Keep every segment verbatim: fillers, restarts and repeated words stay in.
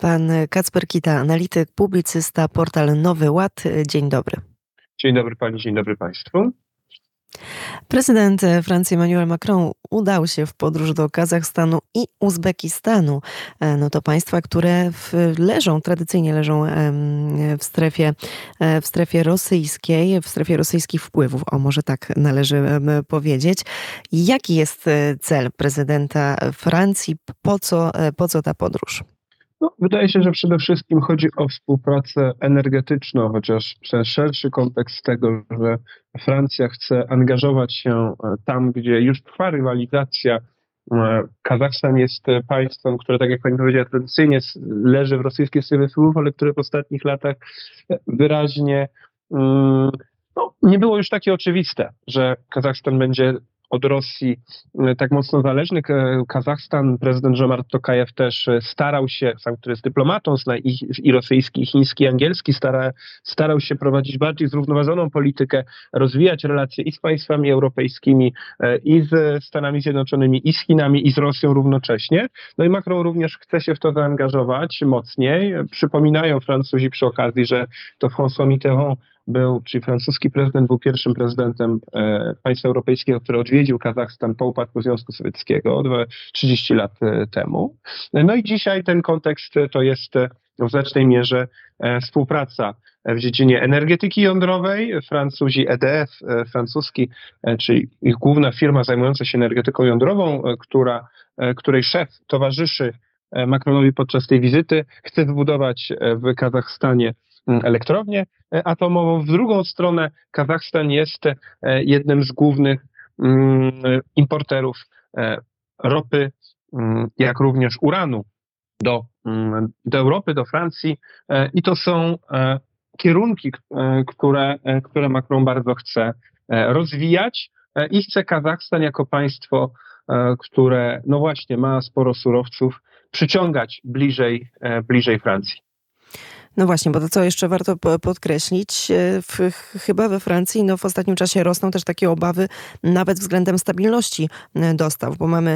Pan Kacper Kita, analityk, publicysta, portal Nowy Ład. Dzień dobry. Dzień dobry pani, dzień dobry państwu. Prezydent Francji Emmanuel Macron udał się w podróż do Kazachstanu i Uzbekistanu. No to państwa, które w, leżą, tradycyjnie leżą w strefie, w strefie rosyjskiej, w strefie rosyjskich wpływów. O, może tak należy powiedzieć. Jaki jest cel prezydenta Francji? Po co, po co ta podróż? No, wydaje się, że przede wszystkim chodzi o współpracę energetyczną, chociaż ten szerszy kontekst tego, że Francja chce angażować się tam, gdzie już trwa rywalizacja. Kazachstan jest państwem, które, tak jak pani powiedziała, tradycyjnie leży w rosyjskiej strefie wpływów, ale które w ostatnich latach wyraźnie no, nie było już takie oczywiste, że Kazachstan będzie od Rosji tak mocno zależny. Kazachstan, prezydent Żomart Tokajew też starał się, sam który jest dyplomatą, zna i, i rosyjski, i chiński, i angielski, stara, starał się prowadzić bardziej zrównoważoną politykę, rozwijać relacje i z państwami europejskimi, i z Stanami Zjednoczonymi, i z Chinami, i z Rosją równocześnie. No i Macron również chce się w to zaangażować mocniej. Przypominają Francuzi przy okazji, że to François Mitterrand był, czyli francuski prezydent, był pierwszym prezydentem e, państwa europejskiego, który odwiedził Kazachstan po upadku Związku Sowieckiego trzydzieści lat e, temu. No i dzisiaj ten kontekst to jest e, w znacznej mierze e, współpraca w dziedzinie energetyki jądrowej. Francuzi E D F, e, francuski, e, czyli ich główna firma zajmująca się energetyką jądrową, e, która, e, której szef towarzyszy e, Macronowi podczas tej wizyty, chce wybudować e, w Kazachstanie elektrownię atomową. W drugą stronę Kazachstan jest jednym z głównych importerów ropy, jak również uranu do, do Europy, do Francji i to są kierunki, które, które Macron bardzo chce rozwijać i chce Kazachstan jako państwo, które no właśnie ma sporo surowców, przyciągać bliżej, bliżej Francji. No właśnie, bo to co jeszcze warto podkreślić, w, chyba we Francji no w ostatnim czasie rosną też takie obawy nawet względem stabilności dostaw, bo mamy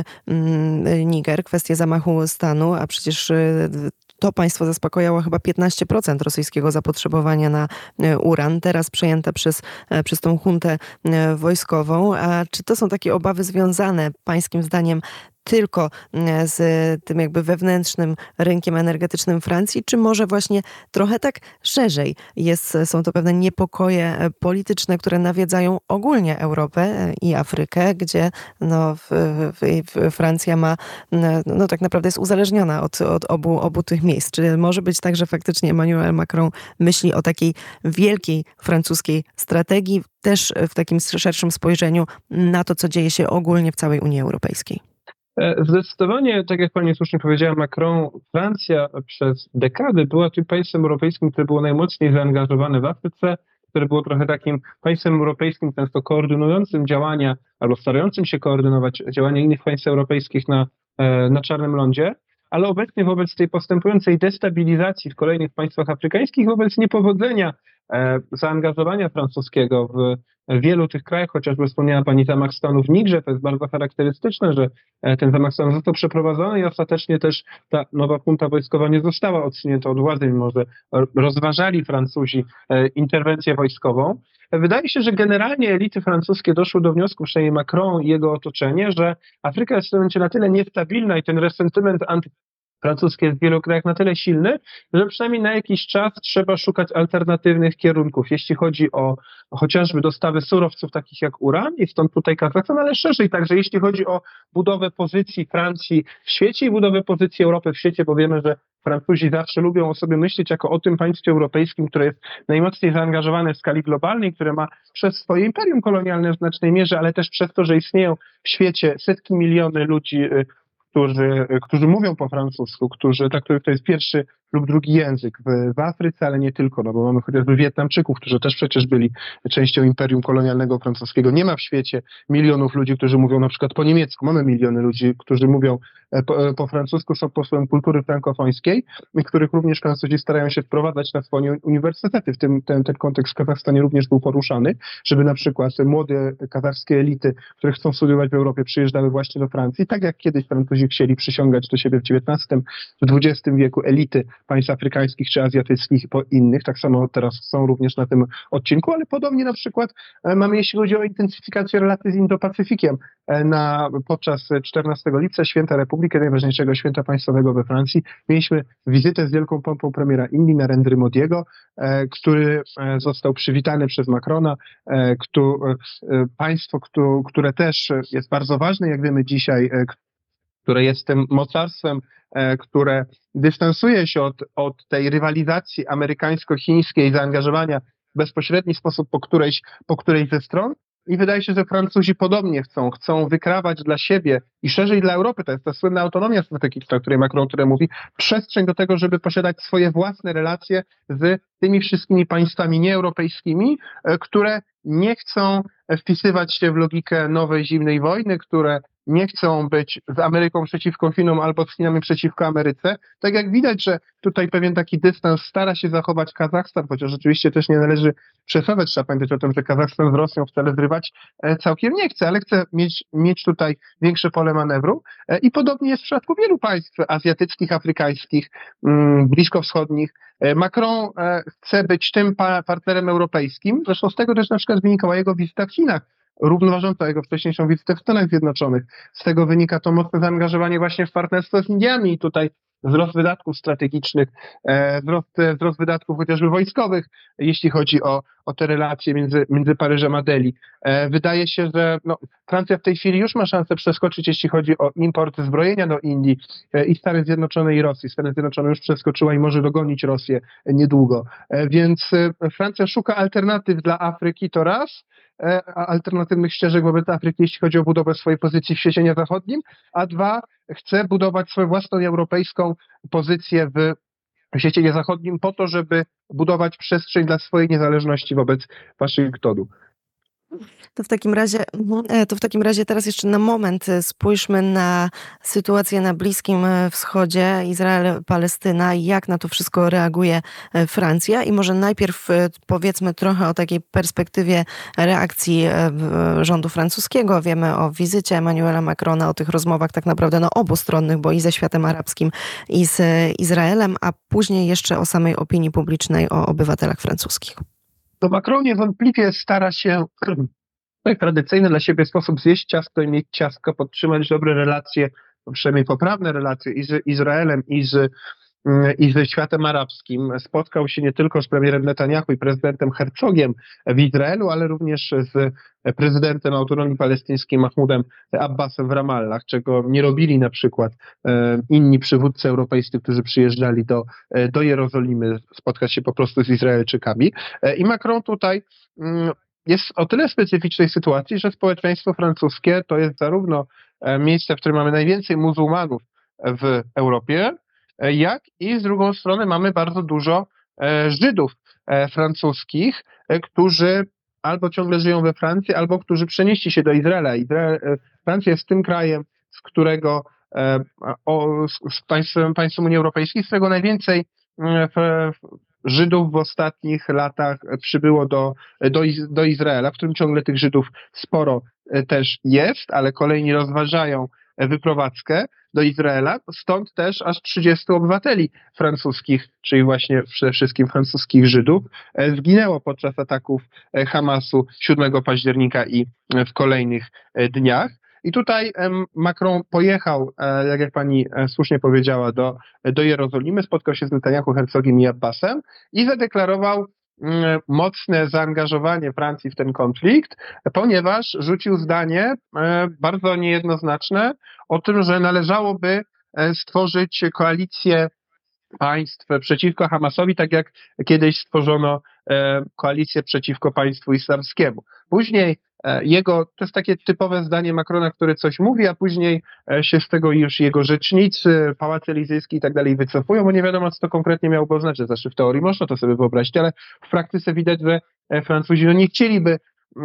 Niger, kwestię zamachu stanu, a przecież to państwo zaspokojało chyba piętnaście procent rosyjskiego zapotrzebowania na uran, teraz przejęte przez, przez tą juntę wojskową. A czy to są takie obawy związane pańskim zdaniem tylko z tym jakby wewnętrznym rynkiem energetycznym Francji, czy może właśnie trochę tak szerzej jest, są to pewne niepokoje polityczne, które nawiedzają ogólnie Europę i Afrykę, gdzie no, w, w, Francja ma, no tak naprawdę jest uzależniona od, od obu, obu tych miejsc. Czy może być tak, że faktycznie Emmanuel Macron myśli o takiej wielkiej francuskiej strategii, też w takim szerszym spojrzeniu na to, co dzieje się ogólnie w całej Unii Europejskiej? Zdecydowanie, tak jak pani słusznie powiedziała, Macron, Francja przez dekady była tym państwem europejskim, które było najmocniej zaangażowane w Afryce, które było trochę takim państwem europejskim, często koordynującym działania, albo starającym się koordynować działania innych państw europejskich na, na Czarnym Lądzie, ale obecnie wobec tej postępującej destabilizacji w kolejnych państwach afrykańskich, wobec niepowodzenia e, zaangażowania francuskiego w wielu tych krajach, chociażby wspomniała pani zamach stanu w Nigrze, to jest bardzo charakterystyczne, że ten zamach stanu został przeprowadzony i ostatecznie też ta nowa junta wojskowa nie została odsunięta od władzy, mimo że rozważali Francuzi interwencję wojskową. Wydaje się, że generalnie elity francuskie doszły do wniosku, przynajmniej Macron i jego otoczenie, że Afryka jest w tym momencie na tyle niestabilna i ten resentyment anty francuski jest w wielu krajach na tyle silny, że przynajmniej na jakiś czas trzeba szukać alternatywnych kierunków, jeśli chodzi o chociażby dostawy surowców takich jak uran i stąd tutaj Kazachstan, ale szerzej także jeśli chodzi o budowę pozycji Francji w świecie i budowę pozycji Europy w świecie, bo wiemy, że Francuzi zawsze lubią o sobie myśleć jako o tym państwie europejskim, które jest najmocniej zaangażowane w skali globalnej, które ma przez swoje imperium kolonialne w znacznej mierze, ale też przez to, że istnieją w świecie setki miliony ludzi, którzy, którzy mówią po francusku, którzy, dla których to jest pierwszy lub drugi język w, w Afryce, ale nie tylko, no bo mamy chociażby Wietnamczyków, którzy też przecież byli częścią imperium kolonialnego francuskiego. Nie ma w świecie milionów ludzi, którzy mówią na przykład po niemiecku. Mamy miliony ludzi, którzy mówią po, po francusku, są posłem kultury frankofońskiej, których również Francuzi starają się wprowadzać na swoje uniwersytety. W tym ten, ten kontekst w Kazachstanie również był poruszany, żeby na przykład młode kazachskie elity, które chcą studiować w Europie, przyjeżdżały właśnie do Francji, tak jak kiedyś Francuzi chcieli przyciągać do siebie w dziewiętnastym, w dwudziestym wieku elity państw afrykańskich czy azjatyckich i po innych, tak samo teraz są również na tym odcinku, ale podobnie na przykład mamy, jeśli chodzi o intensyfikację relacji z Indo-Pacyfikiem, na, podczas czternastego lipca, Święta Republiki, najważniejszego święta państwowego we Francji, mieliśmy wizytę z wielką pompą premiera Indii, Narendry Modiego, który został przywitany przez Macrona, który, państwo, które też jest bardzo ważne, jak wiemy dzisiaj, które jest tym mocarstwem, które dystansuje się od, od tej rywalizacji amerykańsko-chińskiej, zaangażowania w bezpośredni sposób po którejś, po którejś ze stron. I wydaje się, że Francuzi podobnie chcą, chcą wykrawać dla siebie i szerzej dla Europy, to jest ta słynna autonomia strategiczna, o której Macron który mówi, przestrzeń do tego, żeby posiadać swoje własne relacje z tymi wszystkimi państwami nieeuropejskimi, które nie chcą wpisywać się w logikę nowej zimnej wojny, które nie chcą być z Ameryką przeciwko Chinom albo z Chinami przeciwko Ameryce. Tak jak widać, że tutaj pewien taki dystans stara się zachować Kazachstan, chociaż oczywiście też nie należy przesadzać, trzeba pamiętać o tym, że Kazachstan z Rosją wcale zrywać całkiem nie chce, ale chce mieć, mieć tutaj większe pole manewru i podobnie jest w przypadku wielu państw azjatyckich, afrykańskich, bliskowschodnich. Macron chce być tym partnerem europejskim, zresztą z tego też na przykład wynikała jego wizyta w Chinach, równoważąca jego wcześniejszą wizytę w Stanach Zjednoczonych. Z tego wynika to mocne zaangażowanie właśnie w partnerstwo z Indiami i tutaj wzrost wydatków strategicznych, wzrost, wzrost wydatków chociażby wojskowych, jeśli chodzi o, o te relacje między, między Paryżem a Delhi. Wydaje się, że no, Francja w tej chwili już ma szansę przeskoczyć, jeśli chodzi o import zbrojenia do Indii i Stany Zjednoczone i Rosji. Stany Zjednoczone już przeskoczyła i może dogonić Rosję niedługo. Więc Francja szuka alternatyw dla Afryki, to raz, alternatywnych ścieżek wobec Afryki, jeśli chodzi o budowę swojej pozycji w świecie zachodnim, a dwa, chce budować swoją własną europejską pozycję w świecie zachodnim po to, żeby budować przestrzeń dla swojej niezależności wobec Waszyngtonu. To w takim razie, to w takim razie teraz jeszcze na moment spójrzmy na sytuację na Bliskim Wschodzie, Izrael, Palestyna i jak na to wszystko reaguje Francja. I może najpierw powiedzmy trochę o takiej perspektywie reakcji rządu francuskiego. Wiemy o wizycie Emmanuela Macrona, o tych rozmowach tak naprawdę no, obustronnych, bo i ze światem arabskim, i z Izraelem, a później jeszcze o samej opinii publicznej, o obywatelach francuskich. To Macron niewątpliwie stara się w tradycyjny dla siebie sposób zjeść ciasto i mieć ciastko, podtrzymać dobre relacje, przynajmniej poprawne relacje i z Izraelem, i z, i ze światem arabskim. Spotkał się nie tylko z premierem Netanyahu i prezydentem Herzogiem w Izraelu, ale również z prezydentem autonomii palestyńskiej Mahmoudem Abbasem w Ramallah, czego nie robili na przykład inni przywódcy europejscy, którzy przyjeżdżali do, do Jerozolimy spotkać się po prostu z Izraelczykami. I Macron tutaj jest o tyle specyficznej sytuacji, że społeczeństwo francuskie to jest zarówno miejsce, w którym mamy najwięcej muzułmanów w Europie, jak i z drugą strony mamy bardzo dużo Żydów francuskich, którzy albo ciągle żyją we Francji, albo którzy przenieśli się do Izraela. Izrael, Francja jest tym krajem, z którego o, z państwem, państwem Unii Europejskiej, z którego najwięcej w, Żydów w ostatnich latach przybyło do, do, do Izraela, w którym ciągle tych Żydów sporo też jest, ale kolejni rozważają wyprowadzkę do Izraela, stąd też aż trzydziestu obywateli francuskich, czyli właśnie przede wszystkim francuskich Żydów, zginęło podczas ataków Hamasu siódmego października i w kolejnych dniach. I tutaj Macron pojechał, jak, jak pani słusznie powiedziała, do, do Jerozolimy, spotkał się z Netanyahu, Herzogiem i Abbasem i zadeklarował mocne zaangażowanie Francji w ten konflikt, ponieważ rzucił zdanie bardzo niejednoznaczne o tym, że należałoby stworzyć koalicję państw przeciwko Hamasowi, tak jak kiedyś stworzono koalicję przeciwko państwu islamskiemu. Później Jego, to jest takie typowe zdanie Macrona, który coś mówi, a później się z tego już jego rzecznicy, Pałac Elizyjski i tak dalej wycofują, bo nie wiadomo, co to konkretnie miałoby oznaczać. Znaczy w teorii można to sobie wyobrazić, ale w praktyce widać, że Francuzi no nie chcieliby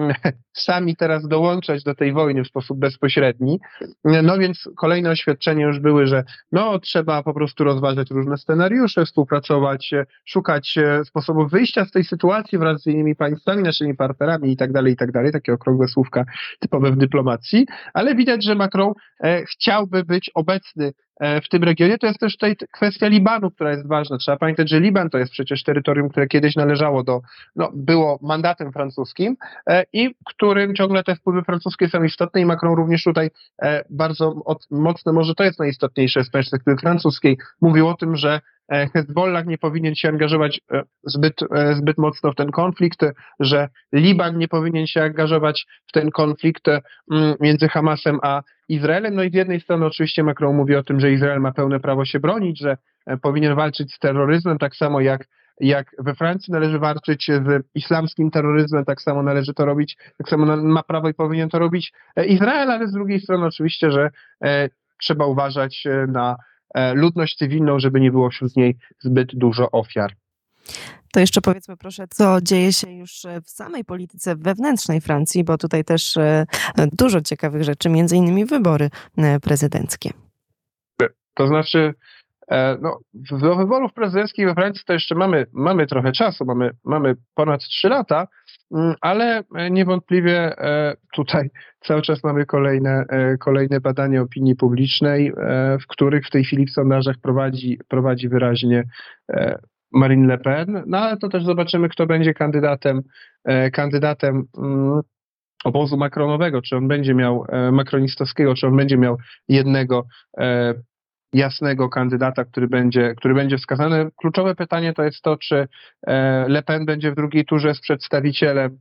sami teraz dołączać do tej wojny w sposób bezpośredni. No więc kolejne oświadczenia już były, że no trzeba po prostu rozważać różne scenariusze, współpracować, szukać sposobów wyjścia z tej sytuacji wraz z innymi państwami, naszymi partnerami i tak dalej, i tak dalej. Takie okrągłe słówka typowe w dyplomacji, ale widać, że Macron e, chciałby być obecny w tym regionie. To jest też tutaj kwestia Libanu, która jest ważna. Trzeba pamiętać, że Liban to jest przecież terytorium, które kiedyś należało do, no, było mandatem francuskim e, i którym ciągle te wpływy francuskie są istotne i Macron również tutaj e, bardzo od, mocno, może to jest najistotniejsze z perspektywy francuskiej, mówił o tym, że Hezbollah nie powinien się angażować zbyt, zbyt mocno w ten konflikt, że Liban nie powinien się angażować w ten konflikt między Hamasem a Izraelem. No i z jednej strony oczywiście Macron mówi o tym, że Izrael ma pełne prawo się bronić, że powinien walczyć z terroryzmem, tak samo jak jak we Francji należy walczyć z islamskim terroryzmem, tak samo należy to robić, tak samo ma prawo i powinien to robić Izrael, ale z drugiej strony oczywiście, że e, trzeba uważać na ludność cywilną, żeby nie było wśród niej zbyt dużo ofiar. To jeszcze powiedzmy proszę, co dzieje się już w samej polityce wewnętrznej Francji, bo tutaj też dużo ciekawych rzeczy, między innymi wybory prezydenckie. To znaczy, no, do wyborów prezydenckich we Francji to jeszcze mamy, mamy trochę czasu, mamy, mamy ponad trzy lata, ale niewątpliwie tutaj cały czas mamy kolejne, kolejne badania opinii publicznej, w których w tej chwili w sondażach prowadzi, prowadzi wyraźnie Marine Le Pen, no ale to też zobaczymy, kto będzie kandydatem, kandydatem obozu macronowego, czy on będzie miał macronistowskiego, czy on będzie miał jednego jasnego kandydata, który będzie, który będzie wskazany. Kluczowe pytanie to jest to, czy Le Pen będzie w drugiej turze z przedstawicielem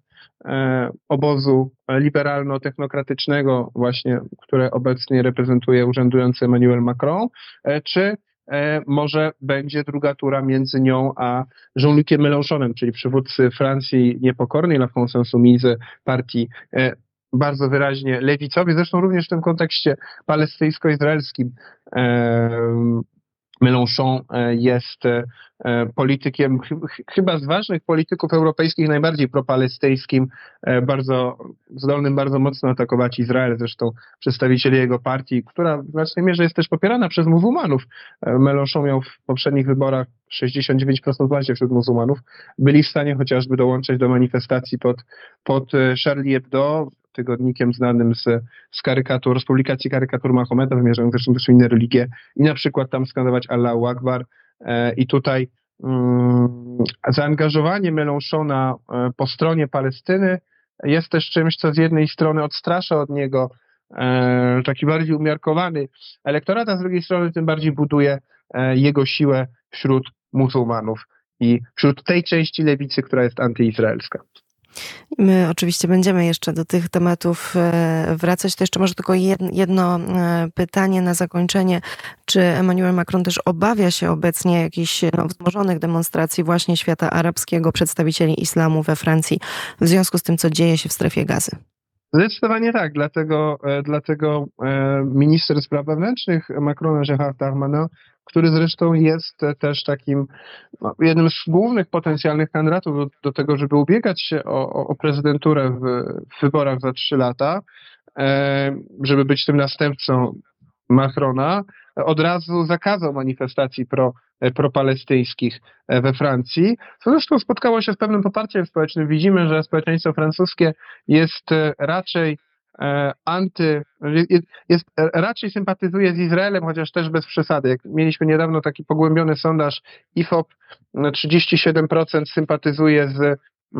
obozu liberalno-technokratycznego, właśnie, które obecnie reprezentuje urzędujący Emmanuel Macron, czy może będzie druga tura między nią a Jean-Luciem Mélenchonem, czyli przywódcy Francji Niepokornej, La France Insoumise, partii bardzo wyraźnie lewicowej, zresztą również w tym kontekście palestyńsko-izraelskim. Mélenchon jest politykiem, chyba z ważnych polityków europejskich, najbardziej propalestyńskim, bardzo zdolnym bardzo mocno atakować Izrael, zresztą przedstawicieli jego partii, która w znacznej mierze jest też popierana przez muzułmanów. Mélenchon miał w poprzednich wyborach sześćdziesiąt dziewięć procent właśnie wśród muzułmanów, byli w stanie chociażby dołączyć do manifestacji pod, pod Charlie Hebdo, tygodnikiem znanym z, z karykatur, z publikacji karykatur Mahometa, wymierzając zresztą też inne religie i na przykład tam skandować Allahu Akbar. E, I tutaj mm, zaangażowanie Mélenchona po stronie Palestyny jest też czymś, co z jednej strony odstrasza od niego e, taki bardziej umiarkowany elektorat, a z drugiej strony tym bardziej buduje e, jego siłę wśród muzułmanów i wśród tej części lewicy, która jest antyizraelska. My oczywiście będziemy jeszcze do tych tematów wracać. To jeszcze może tylko jedno pytanie na zakończenie. Czy Emmanuel Macron też obawia się obecnie jakichś no, wzmożonych demonstracji właśnie świata arabskiego, przedstawicieli islamu we Francji w związku z tym, co dzieje się w strefie Gazy? Zdecydowanie tak, dlatego, dlatego minister spraw wewnętrznych Macrona, Gérald Darmanin, który zresztą jest też takim no, jednym z głównych potencjalnych kandydatów do, do tego, żeby ubiegać się o, o prezydenturę w, w wyborach za trzy lata, e, żeby być tym następcą Macrona, od razu zakazał manifestacji pro, propalestyńskich we Francji, co zresztą spotkało się z pewnym poparciem społecznym. Widzimy, że społeczeństwo francuskie jest raczej anty, jest, jest, raczej sympatyzuje z Izraelem, chociaż też bez przesady. Jak mieliśmy niedawno taki pogłębiony sondaż I F O P, trzydzieści siedem procent sympatyzuje z,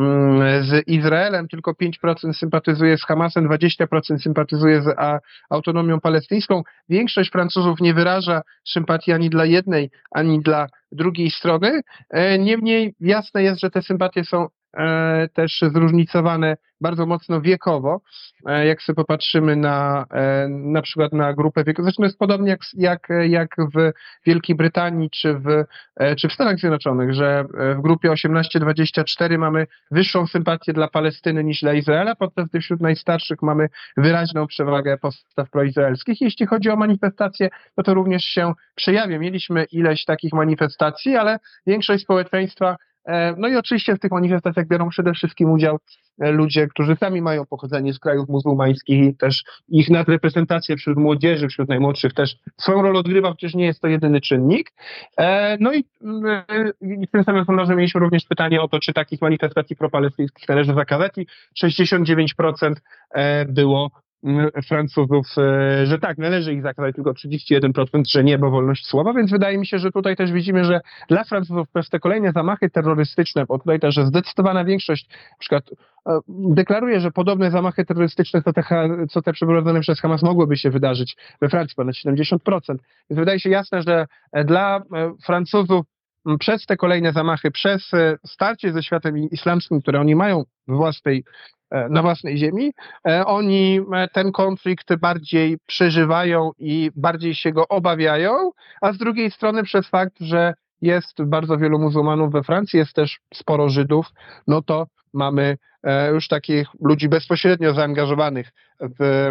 z Izraelem, tylko pięć procent sympatyzuje z Hamasem, dwadzieścia procent sympatyzuje z a, autonomią palestyńską. Większość Francuzów nie wyraża sympatii ani dla jednej, ani dla drugiej strony. Niemniej jasne jest, że te sympatie są e, też zróżnicowane bardzo mocno wiekowo. E, jak sobie popatrzymy na e, na przykład na grupę wiekową, zresztą jest podobnie jak, jak, jak w Wielkiej Brytanii czy w, e, czy w Stanach Zjednoczonych, że w grupie osiemnaście dwadzieścia cztery mamy wyższą sympatię dla Palestyny niż dla Izraela, podczas gdy wśród najstarszych mamy wyraźną przewagę postaw proizraelskich. Jeśli chodzi o manifestacje, no to również się przejawia. Mieliśmy ileś takich manifestacji, ale większość społeczeństwa, no i oczywiście w tych manifestacjach biorą przede wszystkim udział ludzie, którzy sami mają pochodzenie z krajów muzułmańskich i też ich nadreprezentacja wśród młodzieży, wśród najmłodszych też swoją rolę odgrywa, chociaż nie jest to jedyny czynnik. No i w tym samym sondażu mieliśmy również pytanie o to, czy takich manifestacji propalestyńskich należy zakazać i sześćdziesiąt dziewięć procent było Francuzów, że tak, należy ich zakazać, tylko trzydzieści jeden procent, że nie, bo wolność słowa, więc wydaje mi się, że tutaj też widzimy, że dla Francuzów przez te kolejne zamachy terrorystyczne, bo tutaj też zdecydowana większość na przykład deklaruje, że podobne zamachy terrorystyczne, co te, co te przeprowadzone przez Hamas mogłyby się wydarzyć we Francji, ponad siedemdziesiąt procent. Więc wydaje się jasne, że dla Francuzów przez te kolejne zamachy, przez starcie ze światem islamskim, które oni mają w własnej na własnej ziemi, oni ten konflikt bardziej przeżywają i bardziej się go obawiają, a z drugiej strony przez fakt, że jest bardzo wielu muzułmanów we Francji, jest też sporo Żydów, no to mamy już takich ludzi bezpośrednio zaangażowanych w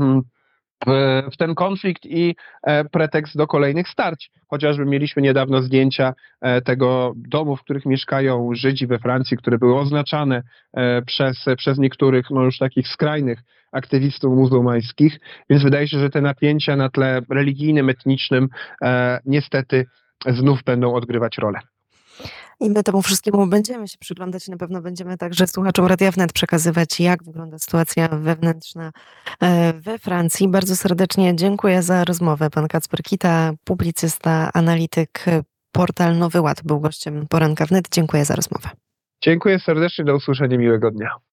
W, w ten konflikt i e, pretekst do kolejnych starć. Chociażby mieliśmy niedawno zdjęcia e, tego domu, w których mieszkają Żydzi we Francji, które były oznaczane e, przez, przez niektórych no już takich skrajnych aktywistów muzułmańskich, więc wydaje się, że te napięcia na tle religijnym, etnicznym e, niestety znów będą odgrywać rolę. I my temu wszystkiemu będziemy się przyglądać i na pewno będziemy także słuchaczom Radia Wnet przekazywać, jak wygląda sytuacja wewnętrzna we Francji. Bardzo serdecznie dziękuję za rozmowę. Pan Kacper Kita, publicysta, analityk, portal Nowy Ład był gościem Poranka Wnet. Dziękuję za rozmowę. Dziękuję serdecznie, do usłyszenia, miłego dnia.